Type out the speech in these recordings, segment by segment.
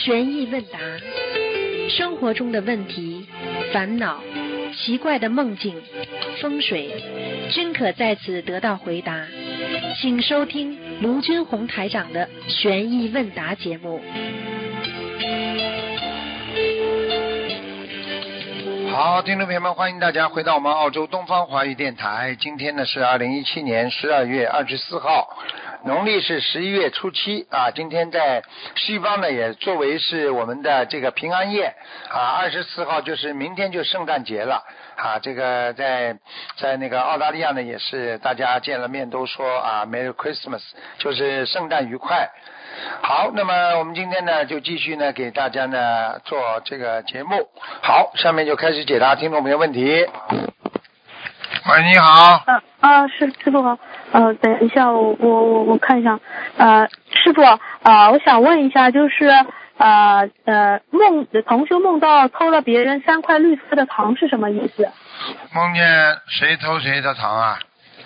悬疑问答，生活中的问题、烦恼、奇怪的梦境、风水，均可在此得到回答。请收听卢军红台长的悬疑问答节目。 好，听众朋友们，欢迎大家回到我们澳洲东方华语电台。今天呢是2017年12月24号，农历是11月初7啊。今天在西方呢也作为是我们的这个平安夜啊，24号就是明天就圣诞节了啊。这个在那个澳大利亚呢也是大家见了面都说啊 Merry Christmas， 就是圣诞愉快。好，那么我们今天呢就继续呢给大家呢做这个节目。好，下面就开始解答听众朋友问题。喂，你好。 师傅好。等一下，我看一下。师傅，我想问一下，就是同修梦到偷了别人3块绿色的糖是什么意思？ 梦见谁偷谁的糖啊？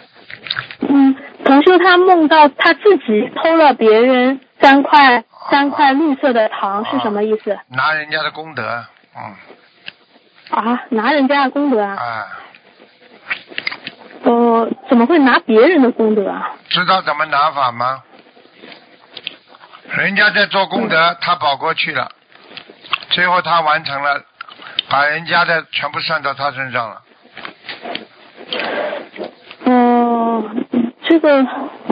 同修他梦到他自己偷了别人3块绿色的糖是什么意思？ 拿人家的功德。 拿人家的功德啊？怎么会拿别人的功德啊？ 知道怎么拿法吗？人家在做功德，他跑过去了，最后他完成了，把人家的全部算到他身上了。 这个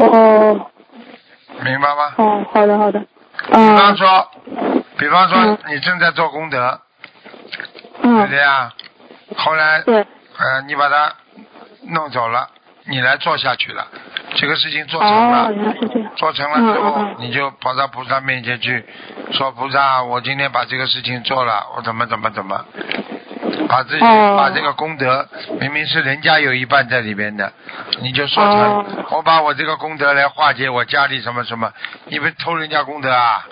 明白吗？ 好的。 比方说你正在做功德，对不对啊？后来对， 你把它弄走了，你来做下去了，这个事情做成了， 原来是这样。 做成了之后，你就跑到菩萨面前去说，菩萨，我今天把这个事情做了，我怎么，把自己把这个功德，明明是人家有一半在里边的，你就说成我把我这个功德来化解我家里什么什么，你不偷人家功德啊？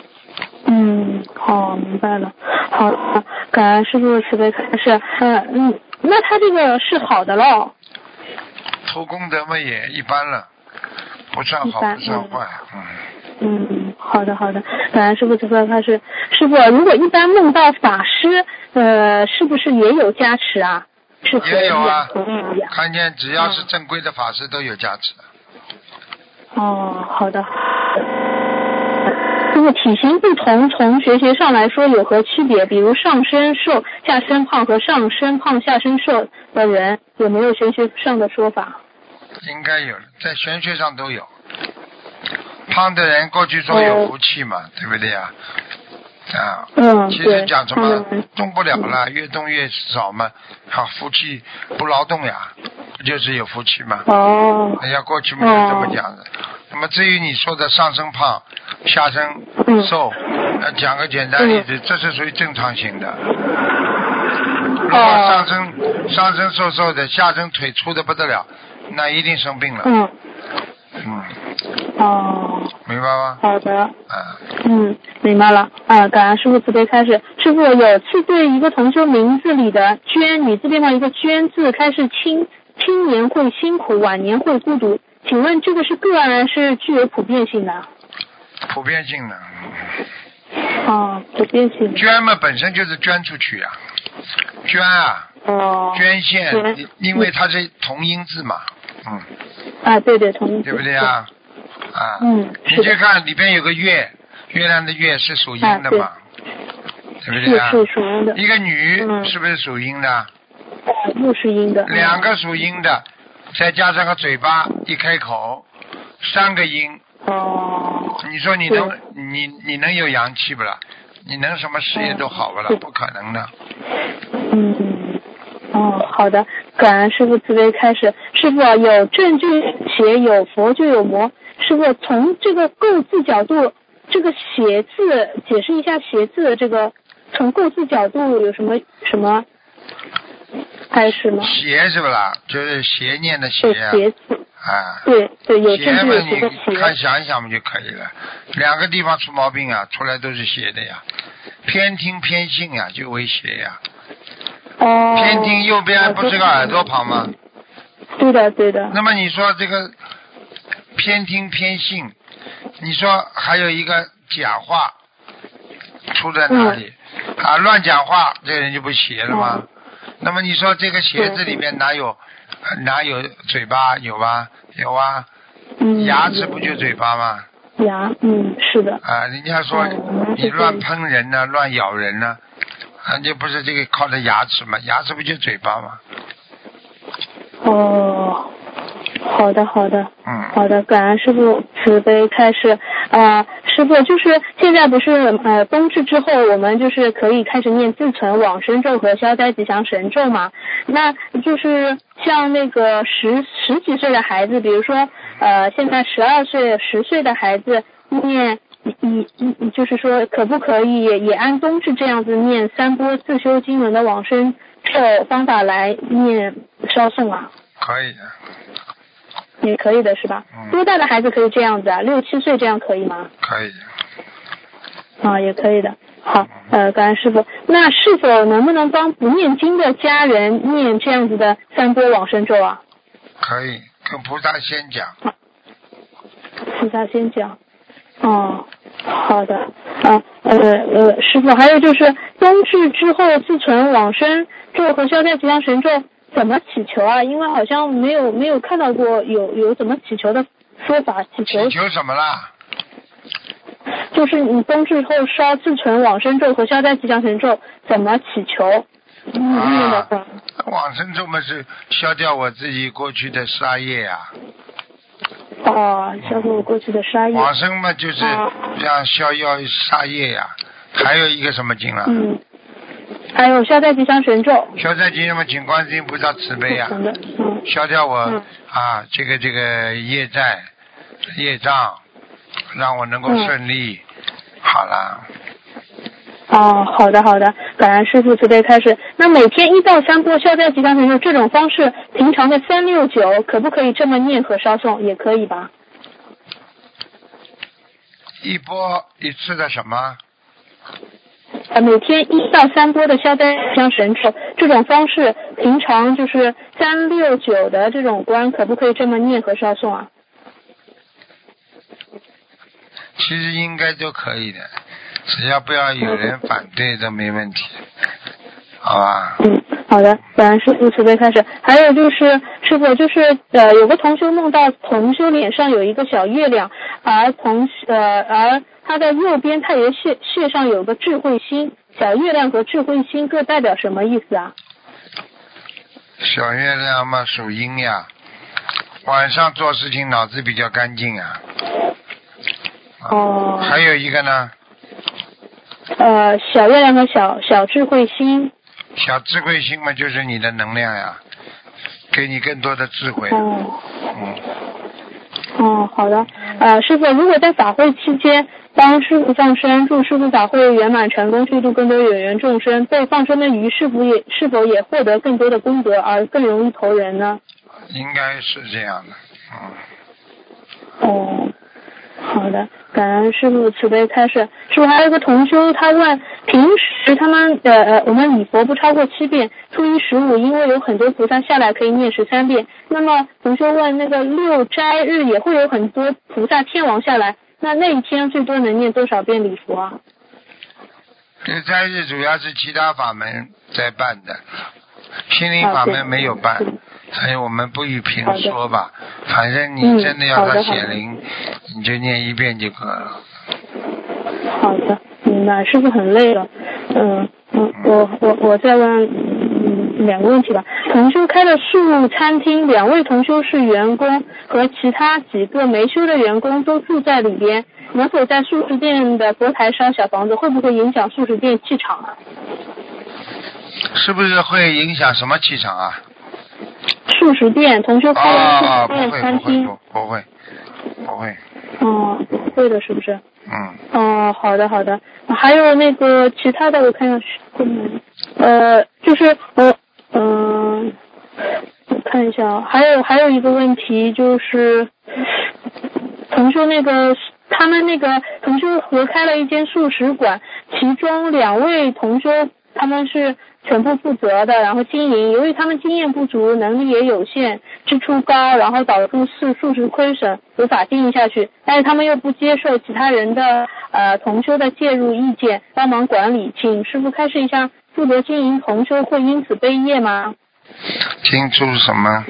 好，明白了。好，感恩师父慈悲开示。那他这个是好的咯？ 偷功德嘛也一般了，不算好不算坏。 好的，感恩师父慈悲开示。师父，如果一般梦到法师，是不是也有加持啊？ 也有啊，看见只要是正规的法师都有加持。 好的。这个体型不同，从学学上来说有何区别？比如上身瘦下身胖和上身胖下身瘦的人，有没有玄学上的说法？ 应该有，在玄学上都有。胖的人过去说有福气嘛，对不对啊？其实讲什么动不了了，越动越少嘛，福气不劳动呀，不就是有福气嘛？人家过去没有这么讲的。那么至于你说的上身胖下身瘦，讲个简单例子，这是属于正常型的。如果上身瘦瘦的，下身腿粗的不得了，那一定生病了。明白吗？ 好的。明白了。感恩师父慈悲开示。师父，有次对一个同修名字里的娟，女字边旁一个娟字开始青年会辛苦，晚年会孤独，请问这个是个案是具有普遍性的？ 普遍性的。 普遍性的。 捐嘛本身就是捐出去啊，捐啊，捐献，因为它是同音字嘛。 对，同音字。 对不对啊？你去看里边有个月亮的月是属阴的嘛，对不对啊？ 是属阴的。 一个女是不是属阴的？ 又是阴的。 2个属阴的，再加上个嘴巴一开口，3个阴。你说你能有阳气不啦？你能什么事业都好不啦？不可能的。 好的，感恩师父慈悲开示。师父，有正就有邪，有佛就有魔。师父，从这个构字角度，这个邪字解释一下邪字的这个，从构字角度有什么开示吗？ 邪是不啦？就是邪念的邪啊。 邪字。对，有正就有邪的邪。 你看想一想就可以了。2个地方出毛病啊，出来都是邪的呀。偏听偏信啊，就为邪呀。偏听右边不是个耳朵旁吗？ 对的。 那么你说这个偏听偏信，你说还有一个假话， 出在哪里？乱讲话，这个人就不邪了吗？那么你说这个鞋子里面哪有嘴巴？有吧？有啊。牙齿不就嘴巴吗？ 牙，是的。 人家说你乱喷人呢，乱咬人呢，就不是这个靠着牙齿吗？牙齿不就嘴巴吗？ 好的，好的，感恩师父慈悲开示。师父，就是现在不是冬至之后，我们就是可以开始念自存往生咒和消灾吉祥神咒嘛？那就是像那个十几岁的孩子，比如说现在12岁、10岁的孩子念，就是说可不可以也按冬至这样子念3波自修经文的往生咒方法来念烧送啊？ 可以的。 也可以的是吧？多大的孩子可以这样子啊？6、7岁这样可以吗？ 可以。 也可以的。好，感恩师父。那是否能不能帮不念经的家人念这样子的3波往生咒啊？ 可以，跟菩萨先讲。 菩萨先讲。好的。师父，还有就是冬至之后自存往生咒和消灾吉祥神咒怎么祈求啊？因为好像没有看到过有怎么祈求的说法。祈求什么啦？ 就是你冬至后烧自存往生咒和消灾吉祥神咒怎么祈求？ 往生咒嘛是消掉我自己过去的杀业呀。 消掉我过去的杀业。 往生嘛就是让消掉杀业呀。还有一个什么经了？ 还有消灾吉祥神咒。 消灾吉祥嘛，请观世音菩萨慈悲呀，消掉我这个业障，让我能够顺利。好了。 好的，感恩师父慈悲开示。那每天1到3波消灾吉祥神咒这种方式，平常的369可不可以这么念和烧送？也可以吧？ 一波一次的什么？ 每天1到3波的消灾吉祥神咒这种方式，平常就是369的这种关，可不可以这么念和烧送啊？ 其实应该都可以的，只要不要有人反对都没问题，好吧？ 好的，感恩师父慈悲开始。还有就是师父，就是有个同修梦到同修脸上有一个小月亮，而他的右边太阳穴上有个智慧心，小月亮和智慧心各代表什么意思啊？ 小月亮嘛属阴呀，晚上做事情脑子比较干净啊。还有一个呢？ 小月亮和小智慧心。 小智慧心嘛，就是你的能量呀，给你更多的智慧。 好的。师父，如果在法会期间帮师父放生，祝师父法会圆满成功，去度更多有缘众生，被放生的鱼是否也获得更多的功德，而更容易投人呢？ 应该是这样的。 好的，感恩师父慈悲开示。师父，还有一个同修他问，平时他们我们礼佛不超过7遍，初一15因为有很多菩萨下来可以念13遍，那么同修问，那个6斋日也会有很多菩萨天王下来，那一天最多能念多少遍礼佛啊 ？6斋日主要是其他法门在办的，心灵法门没有办，所以我们不予评说吧。反正你真的要他显灵，你就念1遍就可了。 好的，明白。师父很累了。我再问2个问题吧。同修开的素餐厅，2位同修是员工，和其他几个没修的员工都住在里边，能否在素食店的佛台烧小房子？会不会影响素食店气场啊？ 是不是会影响什么气场啊？ 素食店，同修开的素食店餐厅。 不会。 不会的，是不是？好的。还有那个其他的，我看一下，就是我看一下，还有一个问题就是，同修他们那个同修合开了一间素食馆，其中2位同修他们是全部负责的，然后经营。由于他们经验不足，能力也有限，支出高，然后导致素食亏损，无法经营下去。但是他们又不接受其他人的同修的介入意见，帮忙管理，请师傅开示一下，负责经营同修会因此背业吗？ 听出什么？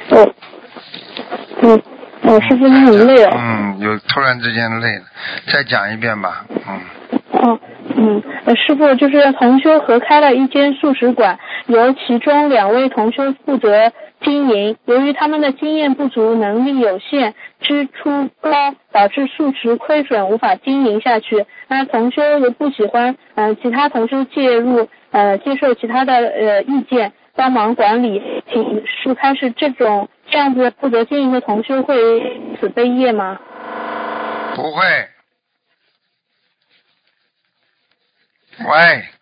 师傅你很累哦。 有突然之间累了，再讲一遍吧。 师傅就是同修合开了一间素食馆，由其中2位同修负责经营，由于他们的经验不足，能力有限，支出高，导致素食亏损，无法经营下去。那同修又不喜欢其他同修介入接受其他的意见，帮忙管理，请师傅开示这样子负责经营的同修会因此背业吗？ 不会。喂，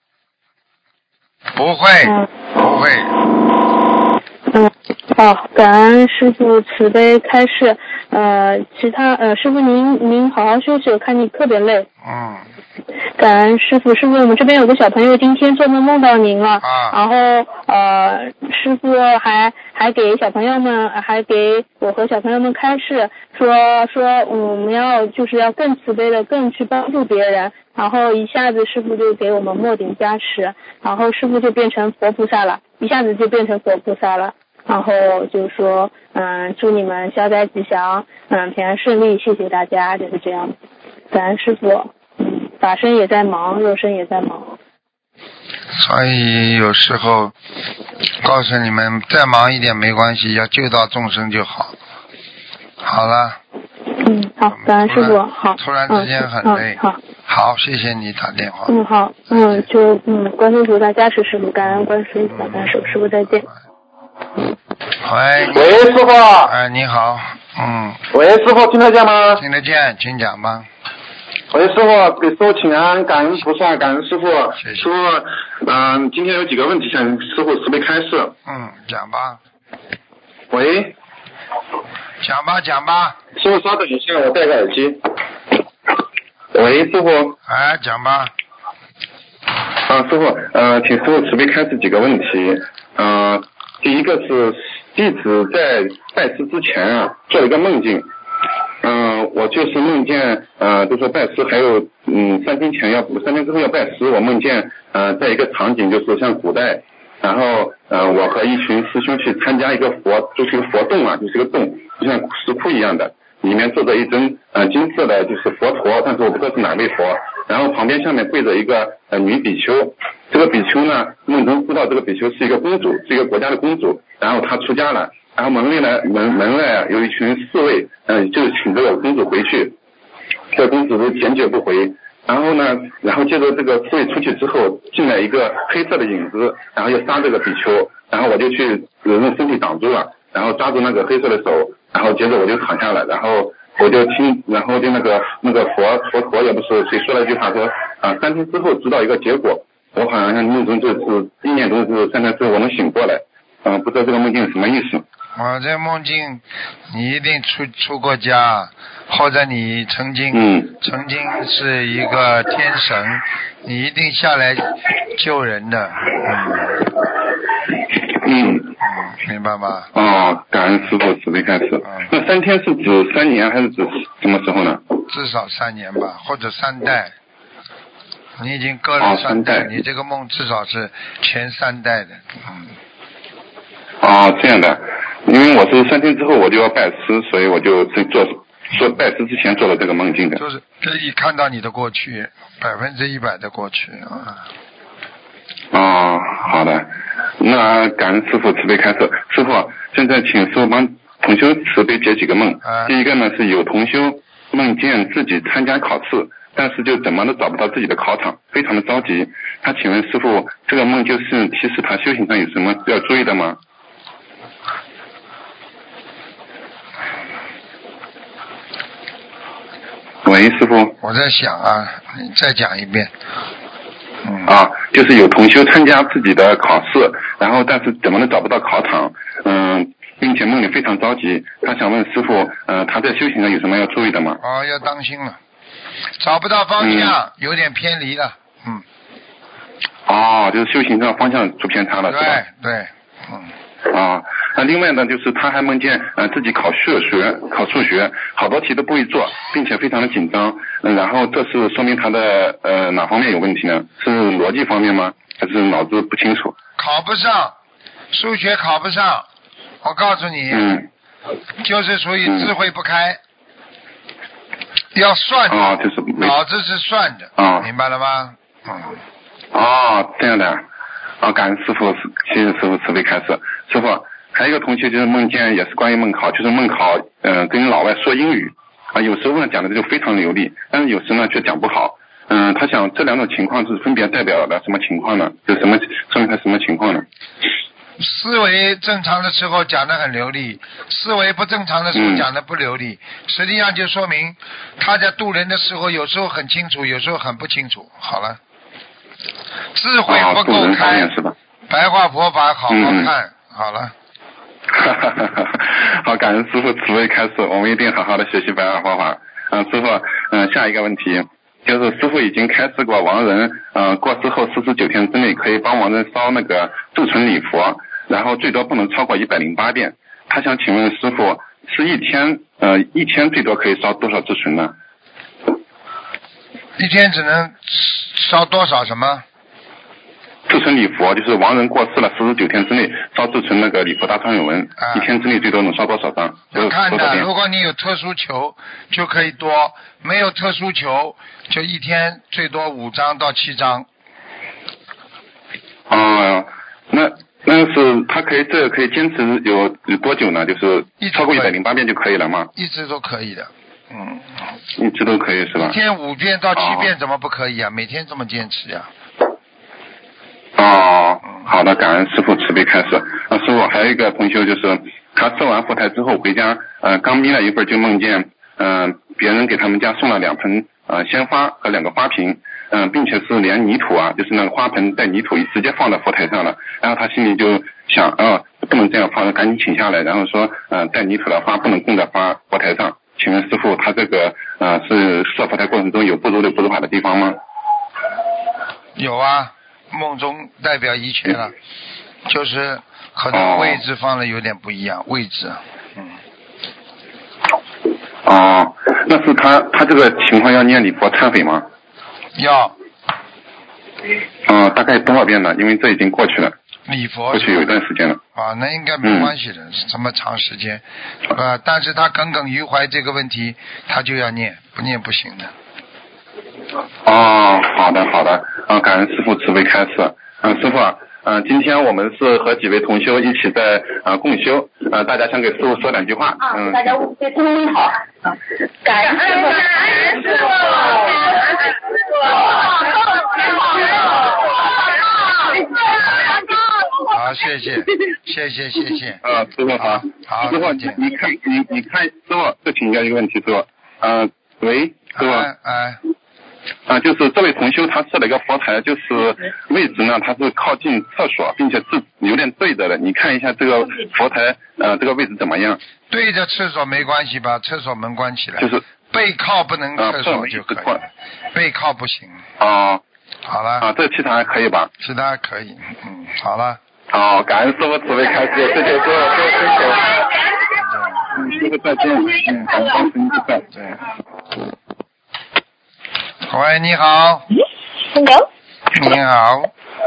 不会，不会。 好，感恩师傅慈悲开示。其他师傅您好好休息，我看你特别累。感恩师傅，师傅我们这边有个小朋友今天做梦梦到您了，然后师傅还给小朋友们，还给我和小朋友们开示，说我们要更慈悲的，更去帮助别人，然后一下子师傅就给我们末顶加持，然后师傅就变成佛菩萨了，一下子就变成佛菩萨了。然后就说祝你们消灾吉祥，平安顺利，谢谢大家，就是这样。感恩师傅。法身也在忙，肉身也在忙， 所以有时候告诉你们，再忙一点没关系，要救到众生就好。好了。 好，感恩师傅。好。 突然之间很累。好，谢谢你打电话。 好。观世菩萨加持师傅，感恩观世菩萨加持师傅，再见。 喂， 师傅。 你好。 喂，师傅，听得见吗？ 听得见，请讲吧。 喂，师傅，给师傅请安，感恩菩萨，感恩师傅。 谢谢。 师傅，今天有几个问题向师傅慈悲开示。 讲吧。 喂。 讲吧。 师傅稍等一下，我戴个耳机。喂，师傅。 讲吧。 师傅，请师傅慈悲开示几个问题。第一个是弟子在拜师之前做了一个梦境。我就是梦见就说拜师还有3天之后要拜师，我梦见在一个场景就是像古代，然后我和一群师兄去参加一个就是一个佛洞就是一个洞，就像石窟一样的，里面坐着一尊金色的就是佛陀，但是我不知道是哪位佛，然后旁边下面跪着一个女比丘，这个比丘呢梦中知道这个比丘是一个公主，是一个国家的公主，然后她出家了，然后门外有一群侍卫就请这个公主回去，这个公主是坚决不回，然后接着这个侍卫出去之后进来一个黑色的影子，然后要杀这个比丘，然后我就去用身体挡住了，然后抓住那个黑色的手，然后接着我就躺下来，然后我就然后就那个佛陀也不是谁说了一句话说3天之后知道一个结果，我好像梦中就是意念中是3天之后我能醒过来，不知道这个梦境什么意思。 我这梦境你一定出过家，或者你曾经是一个天神，你一定下来救人的。明白吗？ 感恩师父慈悲开示。那3天是指3年还是指什么时候呢？ 至少3年吧，或者3代。你已经隔了3代，你这个梦至少是前3代的。 这样的，因为我是3天之后我就要拜师，所以我就说拜师之前做了这个梦境的。 就是可以看到你的过去，100%的过去好的，那感恩师父慈悲开示。师父，现在请师父帮同修慈悲解几个梦。第一个呢是有同修梦见自己参加考试，但是就怎么都找不到自己的考场，非常的着急。他请问师父，这个梦就是提示他修行上有什么要注意的吗？喂，师父。 我在想你再讲一遍。 就是有同修参加自己的考试，然后但是怎么都找不到考场，并且梦里非常着急，他想问师父，他在修行上有什么要注意的吗？ 要当心了，找不到方向，有点偏离了。 就是修行上方向出偏差了，是吧？ 对。 那另外呢，就是他还梦见自己考数学，好多题都不会做，并且非常的紧张。然后这是说明他的哪方面有问题呢？是逻辑方面吗？还是脑子不清楚？ 考不上，数学考不上，我告诉你，就是属于智慧不开，要算的， 就是脑子是算的，明白了吗？ 这样的。感恩师傅，谢谢师傅慈悲开示。师傅，还有一个同学就是梦见，也是关于梦考，就是梦考，跟老外说英语有时候呢讲的就非常流利，但是有时呢却讲不好。他想这两种情况是分别代表了什么情况呢？就什么说明他什么情况呢？ 思维正常的时候讲得很流利，思维不正常的时候讲得不流利，实际上就说明他在渡人的时候有时候很清楚，有时候很不清楚。好了。智慧不够开，白话佛法好好看，好了。 好，感恩师傅慈悲开示，我们一定好好的学习白话佛法。师傅，下一个问题就是师傅已经开示过亡人，过世后49天之内可以帮亡人烧那个助存礼佛，然后最多不能超过108遍。他想请问师傅，是一天最多可以烧多少助存呢？ 一天只能烧多少什么？ 助存礼佛，就是亡人过世了49天之内烧助存那个礼佛大忏悔文，一天之内最多能烧多少张？ 要看的，如果你有特殊求就可以多，没有特殊求就一天最多5张到7张。 那是他可以坚持有多久呢？就是超过108遍就可以了吗？ 一直都可以的。 一直都可以是吧？ 一天5遍到7遍怎么不可以啊？每天这么坚持呀。 好的，感恩师父慈悲开示。师父还有一个同修，就是他设完佛台之后回家，刚眯了一会儿就梦见别人给他们家送了2盆鲜花和2个花瓶，并且是连泥土就是那个花盆带泥土直接放在佛台上了。然后他心里就想不能这样放，赶紧请下来，然后说带泥土的花不能供在佛台上。请问师父，他这个是设佛台过程中有不如理不如法的地方吗？ 有啊，梦中代表一切了，就是可能位置放的有点不一样，位置。 那是他这个情况要念礼佛忏悔吗？ 要。 大概多少遍呢？因为这已经过去了。 礼佛过去有一段时间了。 那应该没关系的，这么长时间。但是他耿耿于怀这个问题，他就要念，不念不行的。 好的，感恩师父慈悲开示。师父今天我们是和几位同修一起在共修，大家想给师父说2句话。 大家对师父好。感恩师父，感恩师父， 好，谢谢。 师父好。 好， 师父你看师父，这请教一个问题，师父。喂，师父。就是这位同修他设了一个佛台，就是位置呢，它是靠近厕所，并且是有点对着的。你看一下这个佛台，这个位置怎么样？ 对着厕所没关系，把厕所门关起来。 就是背靠不能厕所就可以了，背靠不行。好了。 这其他还可以吧？ 其他还可以。好了。 感恩师父慈悲开示，谢谢师父辛苦。师父再见。感恩师父再见。 喂，你好。 Hello。 你好。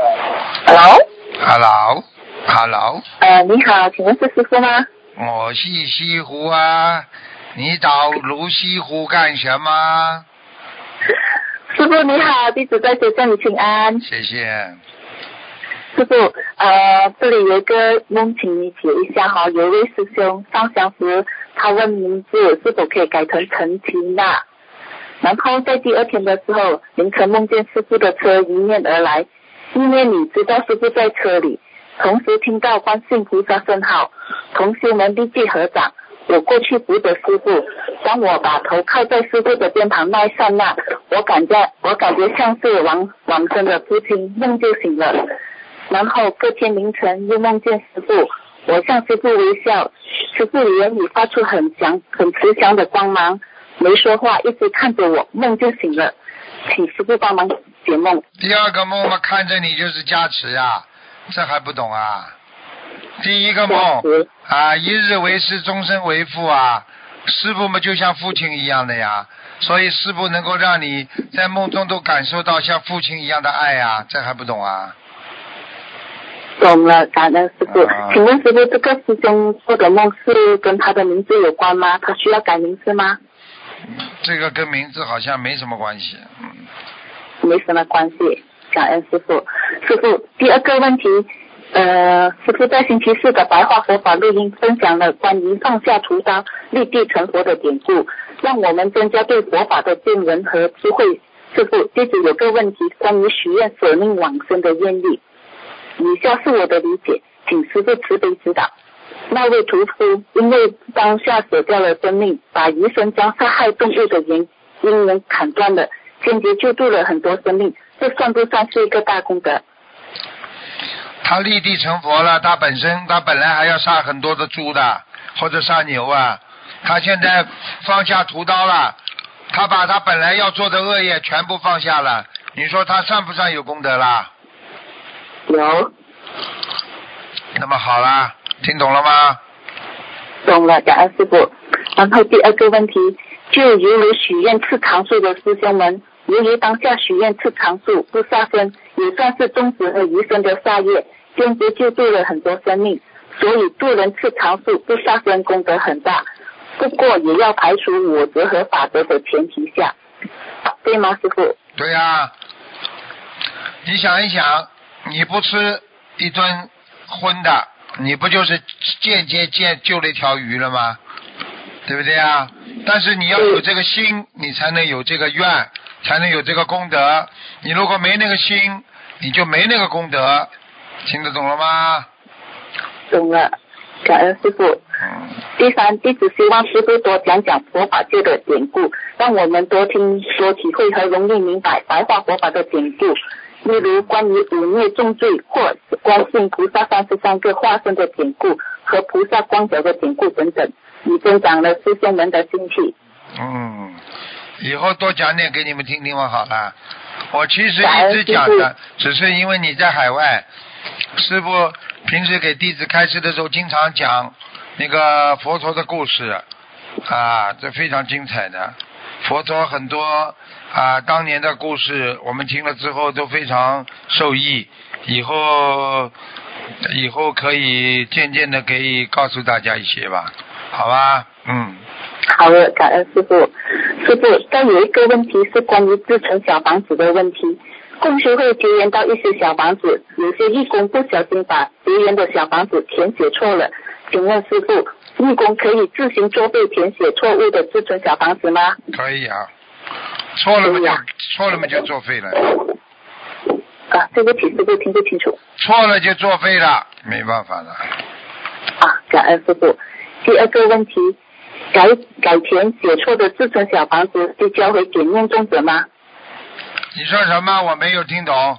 Hello。你好，请问是师傅吗？ 我是西湖啊，你找卢西湖干什么？ 师傅你好，弟子在这向你请安。 谢谢。 师傅，这里有一个梦，请你解一下哈。有一位师兄上香时，他问名字是否可以改成陈缇娜。然后在第2天的时候，凌晨梦见师父的车迎面而来，意念里知道师父在车里，同时听到观世音菩萨圣号，同修们立即合掌。我过去扶着师父，当我把头靠在师父的肩膀那一刹那，我感觉像是往生的父亲，梦就醒了。然后隔天凌晨又梦见师父，我向师父微笑，师父眼里发出很慈祥的光芒，没说话，一直看着我，梦就醒了，请师父帮忙解梦。 第2个梦嘛，看着你就是加持呀，这还不懂啊？ 第一个梦啊，一日为师，终身为父啊，师父嘛就像父亲一样的呀，所以师父能够让你在梦中都感受到像父亲一样的爱啊，这还不懂啊？ 懂了，感恩师父。请问师父，这个师兄做的梦是跟他的名字有关吗？他需要改名字吗？ 这个跟名字好像没什么关系。 没什么关系，感恩师父。师父，第二个问题，师父在星期四的白话佛法录音分享了关于放下屠刀立地成佛的典故，让我们增加对佛法的见闻和智慧。师父，弟子有个问题，关于许愿舍命往生的愿力，以下是我的理解，请师父慈悲指导。那位屠夫因为当下舍掉了生命，把余生将杀害动物的因缘砍断了，间接救度了很多生命，这算不算是一个大功德？ 他立地成佛了，他本来还要杀很多的猪的，或者杀牛啊，他现在放下屠刀了，他把他本来要做的恶业全部放下了，你说他算不算有功德啦？ 有。 那么好啦，听懂了吗？ 懂了，感恩师父。然后第二个问题，就犹如许愿吃长寿的师兄们，由于当下许愿吃长寿不杀生，也算是终止了余生的杀业，间接救度了很多生命，所以度人吃长寿不杀生功德很大。不过也要排除我则和法则的前提下，对吗，师父？ 对呀，你想一想，你不吃一顿荤的，你不就是间接救了一条鱼了吗？对不对啊？但是你要有这个心，你才能有这个愿，才能有这个功德。你如果没那个心，你就没那个功德。听得懂了吗？ 懂了，感恩师父。第三，弟子希望师父多讲讲佛法界的典故，让我们多听多体会和容易明白白话佛法的典故，例如关于五孽重罪或观世音菩萨33个化身的典故和菩萨光脚的典故等等，以增长了师兄们的心气。 以后多讲点给你们听听嘛，好了。我其实一直讲的，只是因为你在海外，师父平时给弟子开示的时候经常讲那个佛陀的故事啊，这非常精彩的。佛陀很多当年的故事，我们听了之后都非常受益，以后可以渐渐的可以告诉大家一些吧，好吧？ 好的，感恩师父。师父，但有一个问题是关于自成小房子的问题。共修会结缘到一些小房子，有些义工不小心把结缘的小房子填写错了，请问师父，义工可以自行作废填写错误的自存小房子吗？ 可以啊，错了嘛就作废了。 对不起，师父听不清楚。 错了就作废了，没办法了。 感恩师父。第二个问题，改填写错的自存小房子就交回给念诵者吗？ 你说什么？我没有听懂。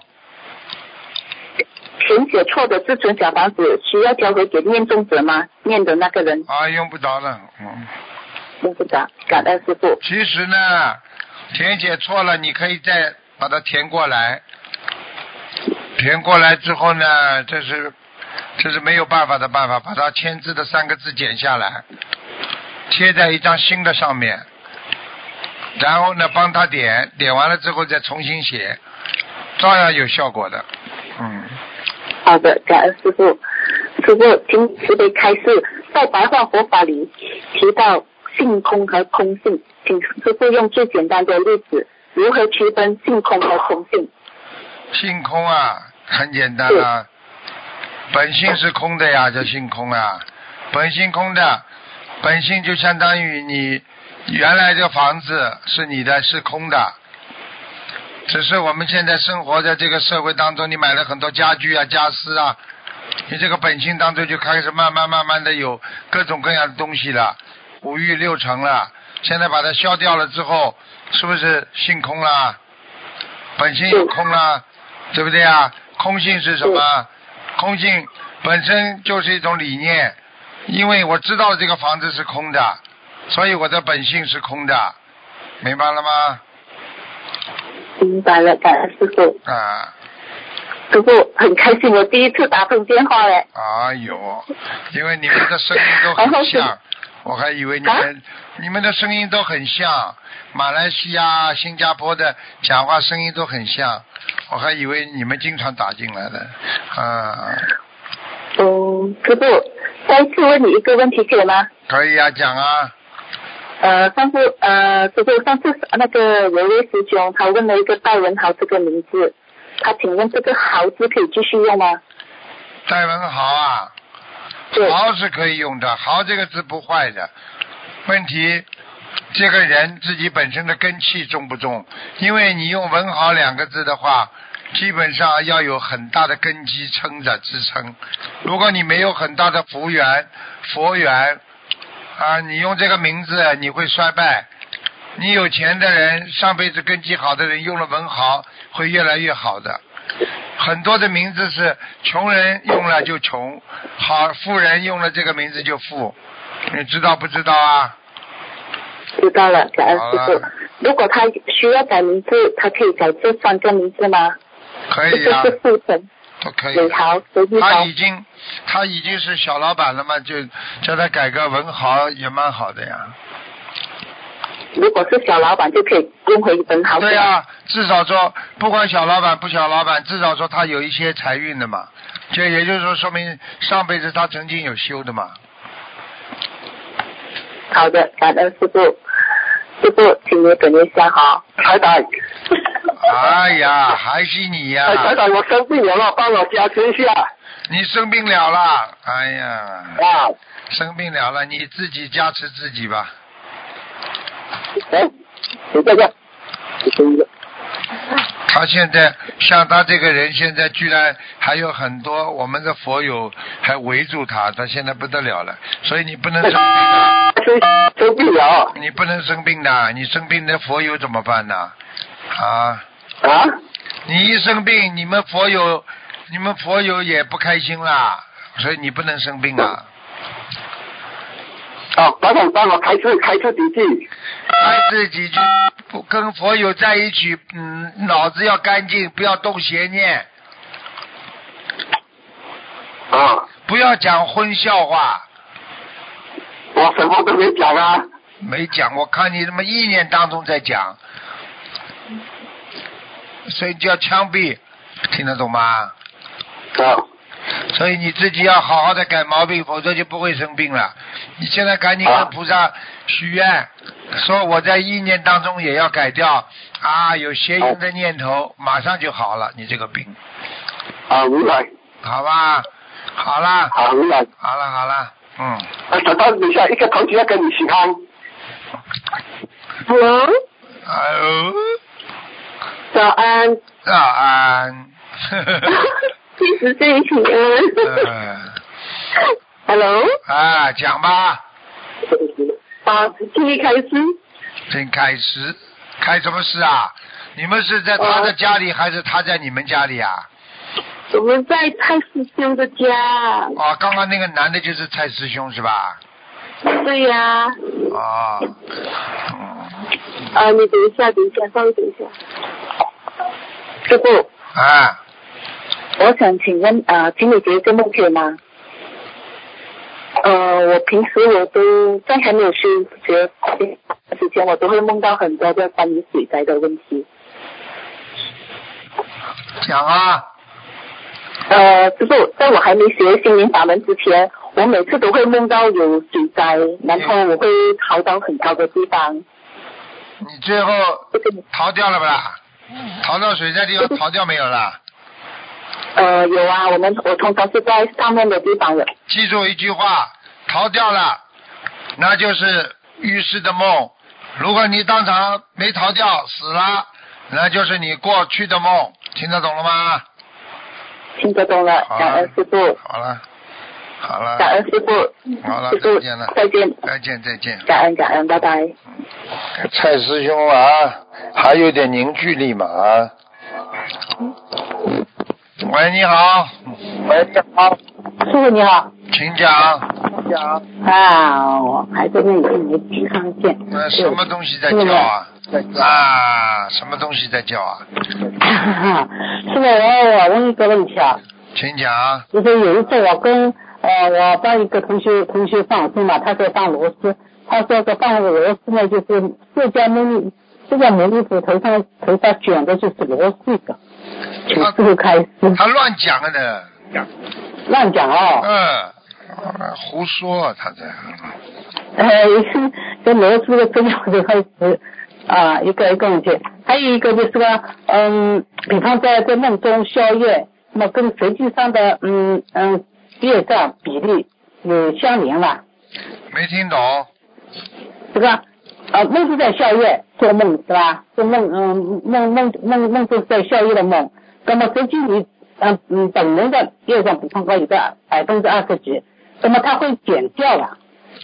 填写错的自存小房子需要交回给念诵者吗？念的那个人。 用不着了。 用不着，感恩师父。 其实呢，填写错了，你可以再把它填过来。填过来之后呢，这是没有办法的办法，把它签字的3个字剪下来，贴在一张新的上面，然后呢帮他点完了之后再重新写，照样有效果的。 好的，感恩师父。师父，请慈悲开示，在白话佛法里提到性空和空性，请师父用最简单的例子，如何区分性空和空性？ 性空很简单本性是空的呀，叫性空本性空的，本性就相当于你原来这个房子是你的，是空的，只是我们现在生活在这个社会当中，你买了很多家具家私你这个本性当中就开始慢慢的有各种各样的东西了，5欲6尘了，现在把它消掉了之后，是不是性空了？本性有空了，对不对空性是什么？空性本身就是一种理念，因为我知道这个房子是空的，所以我的本性是空的，明白了吗？ 明白了，感恩师父。 师傅很开心，我第一次打通电话嘞。 哎呦，因为你们的声音都很像，我还以为你们的声音都很像，马来西亚、新加坡的讲话声音都很像，我还以为你们经常打进来的啊。 师傅，再次问你一个问题可以吗？ 可以啊，讲啊。 师傅，上次那个有位师兄他问了一个戴文豪这个名字，他请问这个豪字可以继续用吗？ 戴文豪啊，豪是可以用的，豪这个字不坏的。问题这个人自己本身的根气重不重？因为你用文豪两个字的话，基本上要有很大的根基撑着支撑。如果你没有很大的佛缘啊，你用这个名字你会衰败。你有钱的人，上辈子根基好的人用了文豪会越来越好的。很多的名字是穷人用了就穷，富人用了这个名字就富，你知道不知道啊？ 知道了，感恩师傅。如果他需要改名字，他可以改这3个名字吗？ 可以啊， 这是富城都可以。 伟豪、随机豪。 他已经是小老板了嘛，就叫他改个文豪也蛮好的呀。 如果是小老板就可以用回文豪。 对呀，至少说不管小老板不小老板，至少说他有一些财运的嘛，这也就是说明上辈子他曾经有修的嘛。 好的，感恩师傅。师傅，请你等一下哈。 台长。 哎呀，还是你呀！ 台长，我生病了，帮我加持一下。 你生病了啦！哎呀。 啊。 生病了，你自己加持自己吧。 谁在这？ 他现在像他这个人，现在居然还有很多我们的佛友还围住他，他现在不得了了，所以你不能生病的。 生病了。 你不能生病的，你生病的佛友怎么办呢？啊？你一生病，你们佛友也不开心啦，所以你不能生病啊。 帮我开出几句。 开自己去跟佛友在一起，脑子要干净，不要动邪念。不要讲荤笑话。 我什么都没讲啊。 没讲，我看你他妈意念当中在讲，所以就要枪毙，听得懂吗？所以你自己要好好的改毛病，否则就不会生病了。你现在赶紧跟菩萨许愿，说我在意念当中也要改掉有邪淫的念头，马上就好了，你这个病。 明白。 好吧，好了。 明白。 好了。 等下一个同学要跟你请安。 Hello。早安。 早安。 弟子对请安。Hello。 讲吧。 请你开始。 请开始。开什么事啊？你们是在他的家里，还是他在你们家里啊？ 我们在蔡师兄的家。 刚刚那个男的就是蔡师兄是吧？ 对呀。你等一下，稍微等一下。师傅。我想请问请你解一个梦可以吗？我平时我都在还没有修学之前，我都会梦到很多的关于水灾的问题。 讲啊。 师傅，在我还没学心灵法门之前，我每次都会梦到有水灾，然后我会逃到很高的地方。 你最后逃掉了吧？逃到水灾地方逃掉没有啦？ 有啊，我通常是在上面的地方的。 记住一句话，逃掉了，那就是预示的梦。如果你当场没逃掉死了，那就是你过去的梦。听得懂了吗？ 听得懂了，感恩师父。 好了。 感恩师父。 好了， 师父再见。 再见。 感恩，拜拜。 蔡师兄还有点凝聚力嘛喂，你好。 师父你好。 请讲。 我还在那里听你地上见。 什么东西在叫啊？ 啊，什么东西在叫啊？ 师傅，我问一个问题啊， 请讲。 就是有一次我帮一个同学放生嘛，他在放螺丝，他说这放螺丝呢，就是释迦牟尼佛头上卷的就是螺丝的，请师傅开示。 他乱讲的。 乱讲哦。 胡说他这。 这螺丝的真我就开始一个问题，还有一个就是说，比方在梦中宵夜，那么跟实际上的业障比例有相连吧？ 没听懂。 这个梦是在宵夜做梦是吧？做梦梦就是在宵夜的梦，那么实际你本人的业障，比方说有个20%几，那么它会减掉了。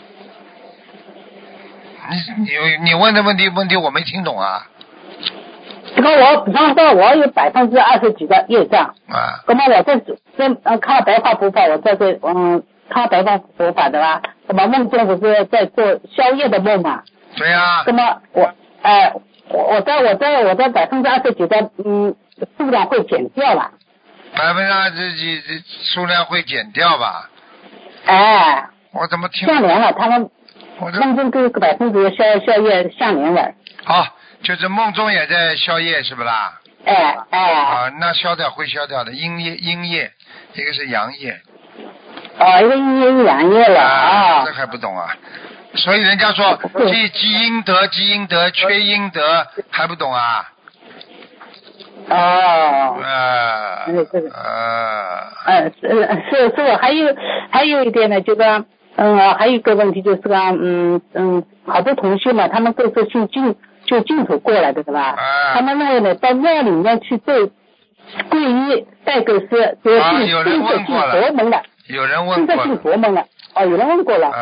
你问的问题我没听懂啊。 这个我比方说我有20%几的业障啊，那么我在看白话佛法，我在看白话佛法的吧，那么梦中不是在做宵夜的梦嘛？ 对呀。 那么我在20%几的数量会减掉了。 20%几数量会减掉吧？我怎么听相连了？他们梦中跟%的宵夜相连了。 好，就是梦中也在宵夜是不啦？那消掉会消掉的，阴业，一个是阳业。 一个阴业一阳业了这还不懂啊？所以人家说积阴德，缺阴德，还不懂啊？ 是，还有一点呢，就是还有一个问题就是好多同学嘛，他们都是净土过来的，对吧？他们认为呢，到庙里面去做皈依拜个师，就进佛门了。 有人问过了。 进佛门了。有人问过了。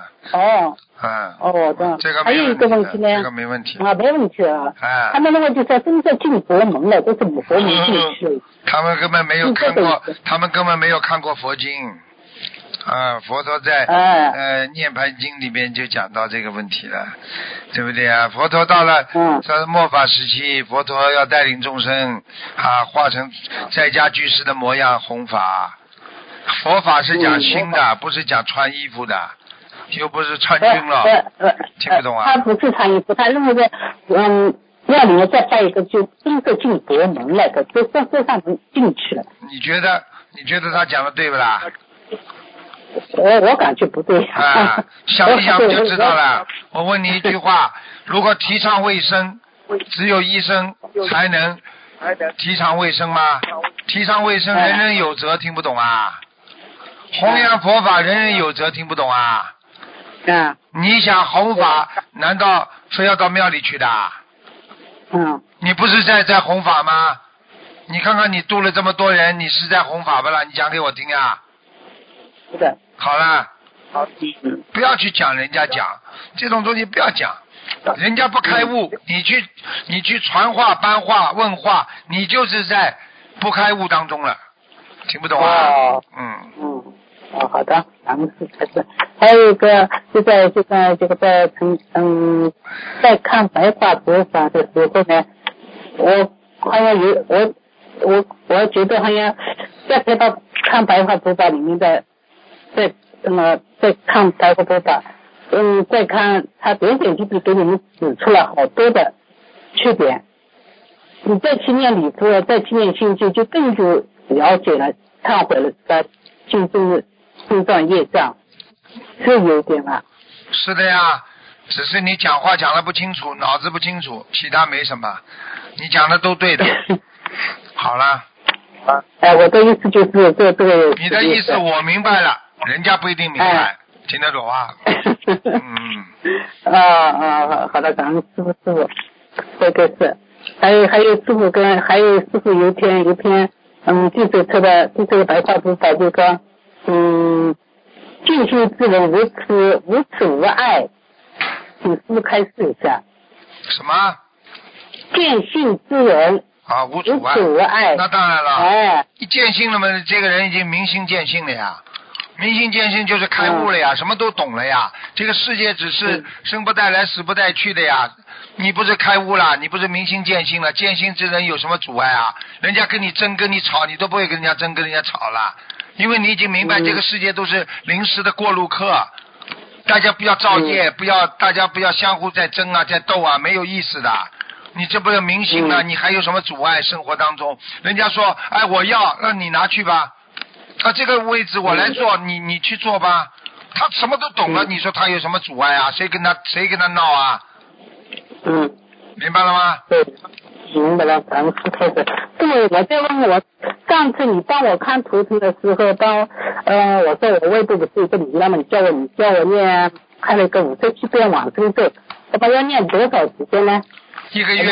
这个还有一个问题呢。 这个没问题。 没问题啊。他们认为就是真正进佛门了，都是佛门进去。 他们根本没有看过佛经。佛陀在涅槃经里边就讲到这个问题了，对不对啊？佛陀到了在末法时期，佛陀要带领众生化成在家居士的模样弘法。佛法是讲心的，不是讲穿衣服的，又不是穿军了。听不懂啊？ 他不是穿衣服，他认为在庙里面再拜一个就真正进佛门了的，这上能进去了。 你觉得他讲的对不啦？ 我感觉不对。 想一想就知道了。我问你一句话，如果提倡卫生，只有医生才能提倡卫生吗？提倡卫生，人人有责，听不懂啊？弘扬佛法，人人有责，听不懂啊？你想弘法，难道非要到庙里去的？你不是在弘法吗？你看看你度了这么多人，你是在弘法不啦？你讲给我听啊。 是的。 好了，不要去讲人家讲这种东西，不要讲，人家不开悟，你去传话、搬话、问话，你就是在不开悟当中了，听不懂啊？ 好的，咱们是开始。还有一个就在这个在看白话佛法的时候呢，我好像我觉得好像在看白话佛法里面的。在看白话佛法，再看他点点滴滴给你们指出了好多的缺点。你再去念礼佛，再去念心经，就更就了解了、忏悔了他心中业障，是有点了。 是的呀，只是你讲话讲得不清楚，脑子不清楚，其他没什么，你讲的都对的。好了。 我的意思就是这个。 你的意思我明白了。人家不一定明白，听得懂啊？ 好的，感恩师傅，这个是，还有师傅有一篇记者册的这个白话佛法，就说尽心之人无耻无爱，请师傅开示一下。 什么？ 见性之人无耻无爱。那当然了。一见性了嘛，这个人已经明心见性了呀。 明心见性就是开悟了呀，什么都懂了呀。这个世界只是生不带来死不带去的呀。你不是开悟了，你不是明心见性了，见性之人有什么阻碍啊？人家跟你争跟你吵，你都不会跟人家争跟人家吵了，因为你已经明白这个世界都是临时的过路客。大家不要造业，大家不要相互在争啊，在斗啊，没有意思的。你这不是明心了，你还有什么阻碍？生活当中，人家说，哎，我要，那你拿去吧。这个位置我来做，你去做吧。他什么都懂了，你说他有什么阻碍啊？谁跟他闹啊？明白了吗？ 对，明白了，感恩师太子。对，我再问我，上次你帮我看图腾的时候，我说我胃部不是一个瘤，那么你叫我念开了一个57遍往生咒，那么要念多少时间呢？ 一个月。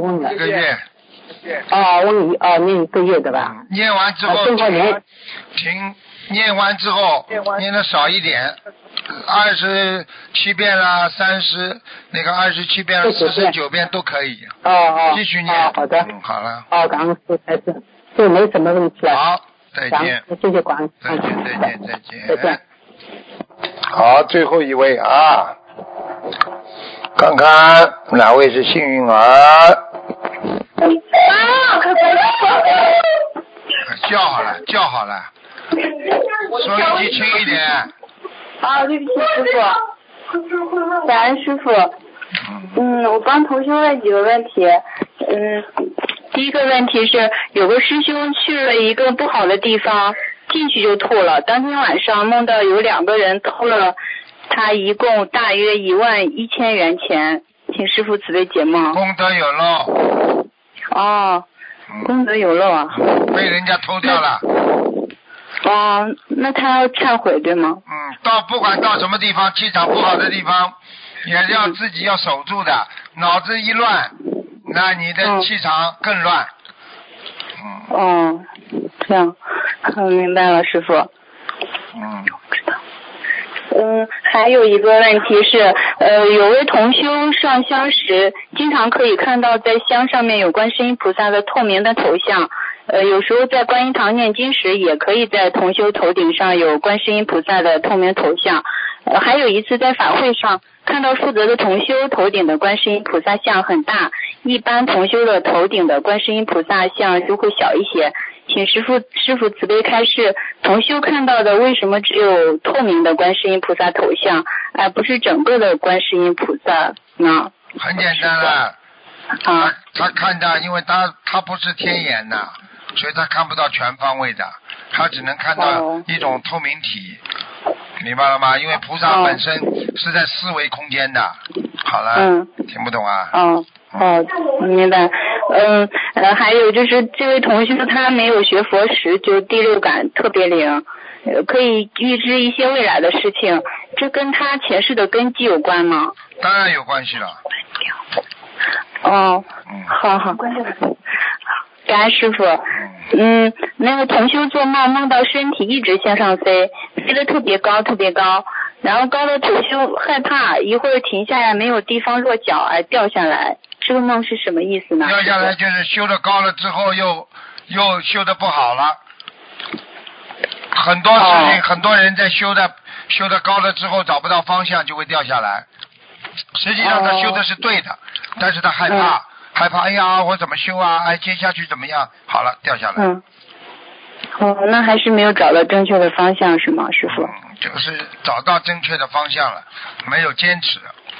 念一个月的吧。 念完之后停，念完之后念的少一点，27遍啦，27遍了，49遍都可以。继续念。 好的。 好了。 感恩师太子，这没什么问题了。 好，再见。 谢谢感恩。 再见。好，最后一位啊，看看哪位是幸运儿。叫好了，收音机轻一点。 对不起师傅，感恩师傅。我帮同修问几个问题。第一个问题是，有个师兄去了一个不好的地方，进去就吐了。当天晚上梦到有2个人偷了他一共大约11000元钱，请师傅慈悲解梦。 功德有漏。 功德有漏啊。 被人家偷掉了。 那他要忏悔对吗？ 不管到什么地方，气场不好的地方，也要自己要守住的。脑子一乱，那你的气场更乱。 这样，明白了，师傅。还有一个问题是，有位同修上香时，经常可以看到在香上面有观世音菩萨的透明的头像。有时候在观音堂念经时，也可以在同修头顶上有观世音菩萨的透明头像。还有一次在法会上看到负责的同修头顶的观世音菩萨像很大，一般同修的头顶的观世音菩萨像就会小一些。请师父慈悲开示，同修看到的为什么只有透明的观世音菩萨头像，而不是整个的观世音菩萨呢？ 很简单了。他看到，因为他不是天眼的，所以他看不到全方位的，他只能看到一种透明体，明白了吗？因为菩萨本身是在四维空间的。好了，听不懂啊？ 明白。还有就是这位同学他没有学佛时就第六感特别灵，可以预知一些未来的事情，这跟他前世的根基有关吗？ 当然有关系了。 好，感恩师傅。那个同修做梦到身体一直向上飞得特别高，然后高的同修害怕，一会儿停下来没有地方落脚而掉下来，这个梦是什么意思呢？ 掉下来就是修得高了之后又修得不好了。很多事情，很多人在修得高了之后找不到方向就会掉下来。实际上他修的是对的，但是他害怕，哎呀，我怎么修啊？哎，接下去怎么样？好了，掉下来。 那还是没有找到正确的方向是吗，师傅？ 就是找到正确的方向了，没有坚持。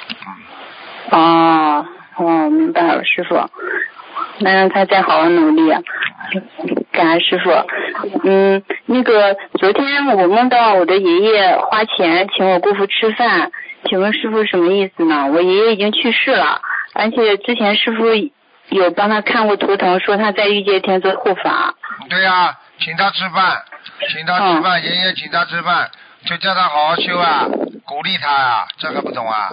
明白了，师傅。那让他再好好努力啊！感恩师傅。那个昨天我梦到我的爷爷花钱请我姑父吃饭，请问师傅什么意思呢？我爷爷已经去世了，而且之前师傅有帮他看过图腾，说他在欲界天做护法。 对呀，请他吃饭，爷爷请他吃饭，就叫他好好修啊，鼓励他啊，这个不懂啊？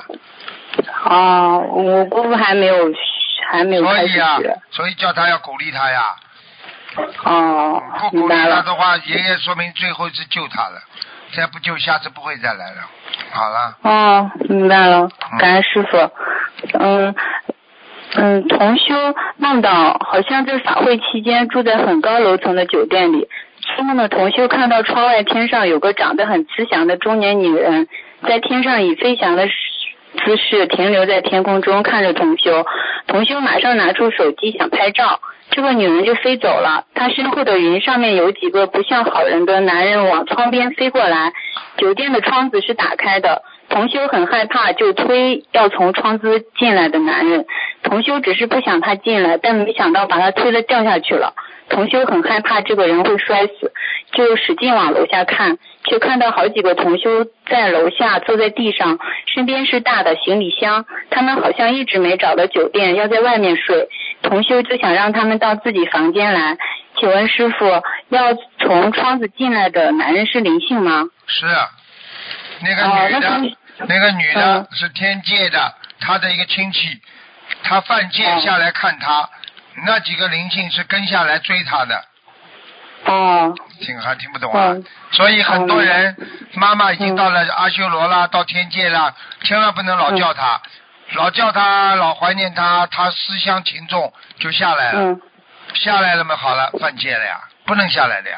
我姑父还没有开始学， 所以叫他要鼓励他呀。不鼓励他的话，爷爷说明最后是救他了，再不救下次不会再来了。好了。 明白了，感恩师傅。同修梦到好像在法会期间住在很高楼层的酒店里， 做梦的同修看到窗外天上有个长得很慈祥的中年女人，在天上以飞翔的姿势停留在天空中看着同修。同修马上拿出手机想拍照，这个女人就飞走了。她身后的云上面有几个不像好人的男人往窗边飞过来，酒店的窗子是打开的。同修很害怕，就推要从窗子进来的男人。同修只是不想他进来，但没想到把他推了掉下去了。同修很害怕这个人会摔死，就使劲往楼下看，却看到好几个同修在楼下坐在地上，身边是大的行李箱，他们好像一直没找到酒店，要在外面睡。同修就想让他们到自己房间来。请问师傅，要从窗子进来的男人是灵性吗？ 是那个女的是天界的，她的一个亲戚，她犯戒下来看她，那几个灵性是跟下来追她的。还听不懂啊？所以很多人妈妈已经到了阿修罗啦，到天界啦，千万不能老叫她，老叫她，老怀念她，她思乡情重就下来了。下来了嘛，好了，犯戒了呀，不能下来的呀。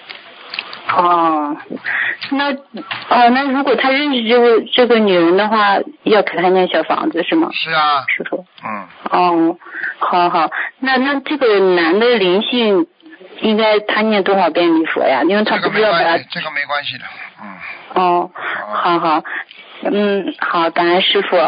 那如果他认识这个女人的话，要给他念小房子是吗？ 是啊， 师傅。好，那这个男的灵性应该他念多少遍礼佛呀？因为他不知道把他这个没关系的。 好，好，感恩师傅。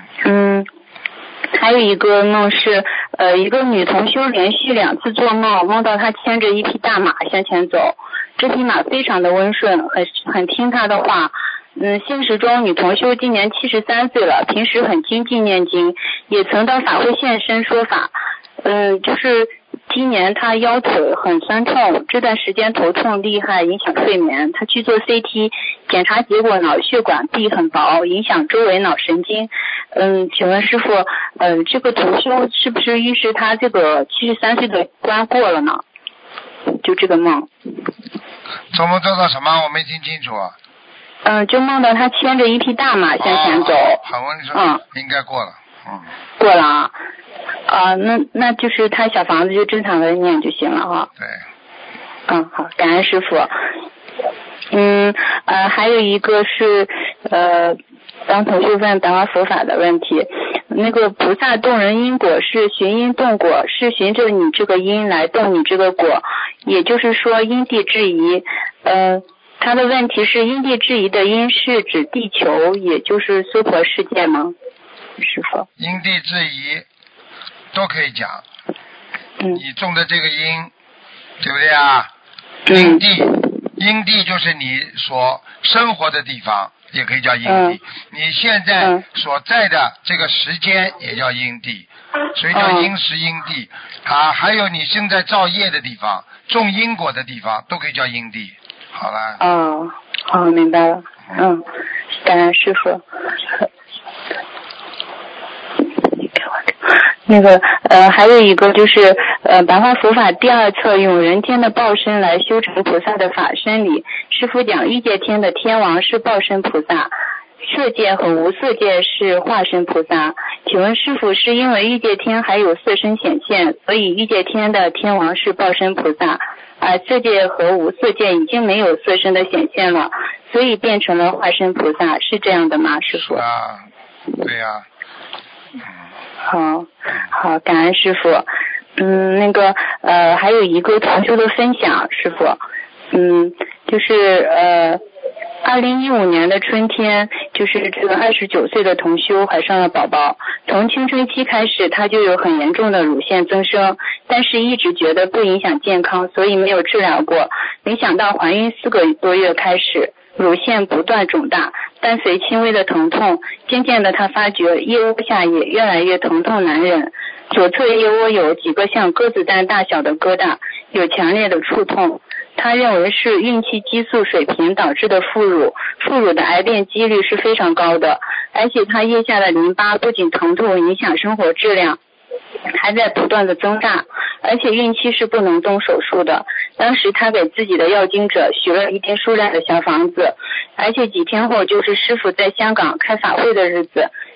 还有一个梦是一个女同修连续2次做梦，梦到她牵着一匹大马向前走，这匹马非常的温顺，很听她的话。现实中女同修今年73岁了，平时很精进念经，也曾到法会现身说法。就是今年她腰腿很酸痛，这段时间头痛厉害，影响睡眠。她去做 CT， 检查结果脑血管壁很薄，影响周围脑神经。请问师傅，这个同修是不是预示他这个73岁的关过了呢？就这个梦。 做梦做到什么？我没听清楚。 就梦到他牵着一匹大马向前走。 好，我跟你说，应该过了。 过了啊。那就是他小房子就正常的念就行了哈。 对。 好，感恩师傅。还有一个是当同学问白话佛法的问题，那个菩萨动人因果是循因动果，是循着你这个因来动你这个果，也就是说因地制宜。他的问题是因地制宜的因是指地球，也就是娑婆世界吗？师父。 因地制宜都可以讲。你种的这个因，对不对啊？因地就是你所生活的地方，也可以叫因地。你现在所在的这个时间也叫因地，所以叫因时因地。还有你现在造业的地方，种因果的地方，都可以叫因地。好了。 好，明白了。感恩师父。那个还有一个就是白话佛法第2册用人间的报身来修成菩萨的法身里，师父讲欲界天的天王是报身菩萨，色界和无色界是化身菩萨。请问师父，是因为欲界天还有色身显现，所以欲界天的天王是报身菩萨，而色界和无色界已经没有色身的显现了，所以变成了化身菩萨，是这样的吗？师父。 对呀。 好，感恩师父。那个还有一个同修的分享，师父。就是2015年的春天，就是这个29岁的同修怀上了宝宝，从青春期开始他就有很严重的乳腺增生，但是一直觉得不影响健康，所以没有治疗过。没想到怀孕4个多月开始，乳腺不断肿大，伴随轻微的疼痛，渐渐的他发觉腋窝下也越来越疼痛难忍，左侧腋窝有几个像鸽子蛋大小的疙瘩，有强烈的触痛。他认为是孕期激素水平导致的副乳的癌变几率是非常高的，而且他腋下的淋巴不仅疼痛影响生活质量，还在不断的增大，而且孕期是不能动手术的。当时他给自己的要经者许了一定数量的小房子，而且几天后就是师父在香港开法会的日子，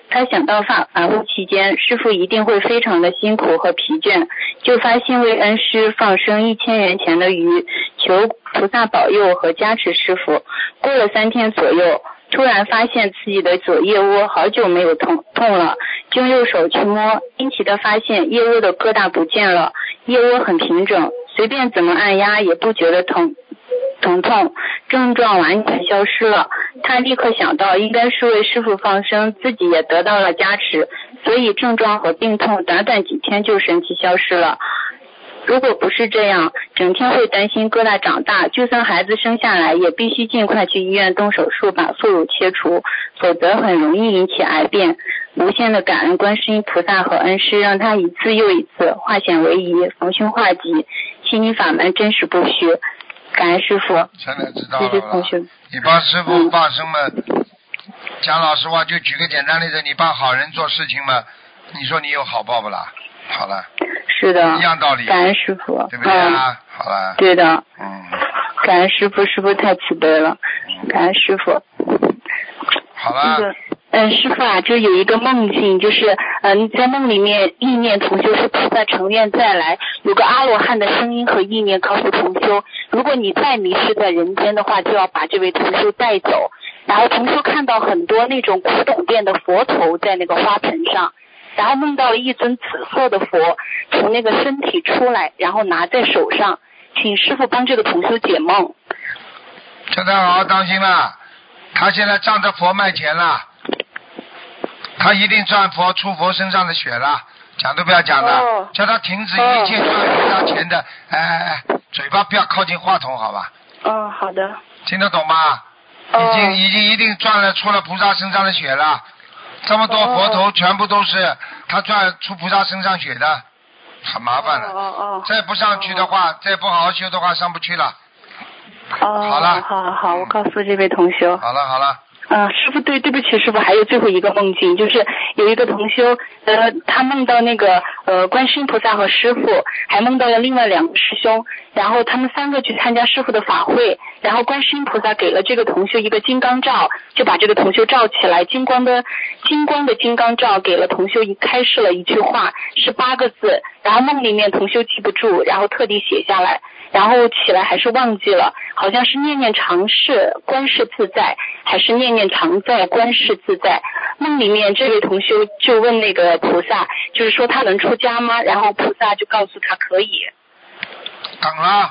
他想到法会期间，师父一定会非常的辛苦和疲倦，就发心为恩师放生1000元钱的鱼，求菩萨保佑和加持师父。过了3天左右，突然发现自己的左腋窝好久没有痛了，就用右手去摸，惊奇的发现腋窝的疙瘩不见了，腋窝很平整，随便怎么按压也不觉得疼痛，症状完全消失了。他立刻想到应该是为师父放生，自己也得到了加持，所以症状和病痛短短几天就神奇消失了。如果不是这样，整天会担心疙瘩长大，就算孩子生下来也必须尽快去医院动手术把副乳切除，否则很容易引起癌变。无限的感恩观世音菩萨和恩师，让他一次又一次化险为夷，逢凶化吉，心灵法门真实不虚。感恩师父。 现在知道了。你帮师父放生嘛，讲老实话，就举个简单例子，你帮好人做事情嘛，你说你有好报不啦？好了。 是的。 一样道理。 感恩师父。 对不对啊？好了。 对的。感恩师父，师父太慈悲了。感恩师父。 好了。 师父啊，就有一个梦境，就是在梦里面意念同修是菩萨成愿再来，有个阿罗汉的声音和意念告诉同修，如果你再迷失在人间的话，就要把这位同修带走。然后同修看到很多那种古董店的佛头在那个花盆上，然后梦到了一尊紫色的佛从那个身体出来，然后拿在手上，请师父帮这个同修解梦。 叫他好好当心了，他现在仗着佛卖钱了，他一定赚佛出佛身上的血了，讲都不要讲的，叫他停止一切赚菩萨钱的，嘴巴不要靠近话筒，好吧？ 好的。 听得懂吗？已经一定赚了出了菩萨身上的血了，这么多佛头全部都是他赚出菩萨身上血的，很麻烦了。再不上去的话，再不好好修的话，上不去了。好了。 好，我告诉这位同修。 好了。 师父，对不起，师父，还有最后一个梦境，就是有一个同修，他梦到那个观世音菩萨和师父，还梦到了另外2个师兄，然后他们3个去参加师父的法会，然后观世音菩萨给了这个同修一个金刚罩，就把这个同修罩起来，金光的金刚罩给了同修开示了一句话，是8个字，然后梦里面同修记不住，然后特地写下来，然后起来还是忘记了，好像是念常事观世自在，还是念常在观世自在。梦里面这位同修就问那个菩萨，就是说他能出家吗？然后菩萨就告诉他可以。 等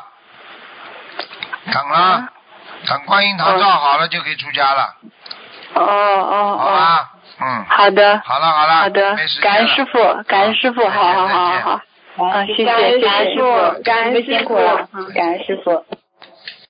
观音堂照好了就可以出家了。好吧。 好的。 好了。 好的。感恩师父，好。谢谢师父，感恩师父，感恩师父。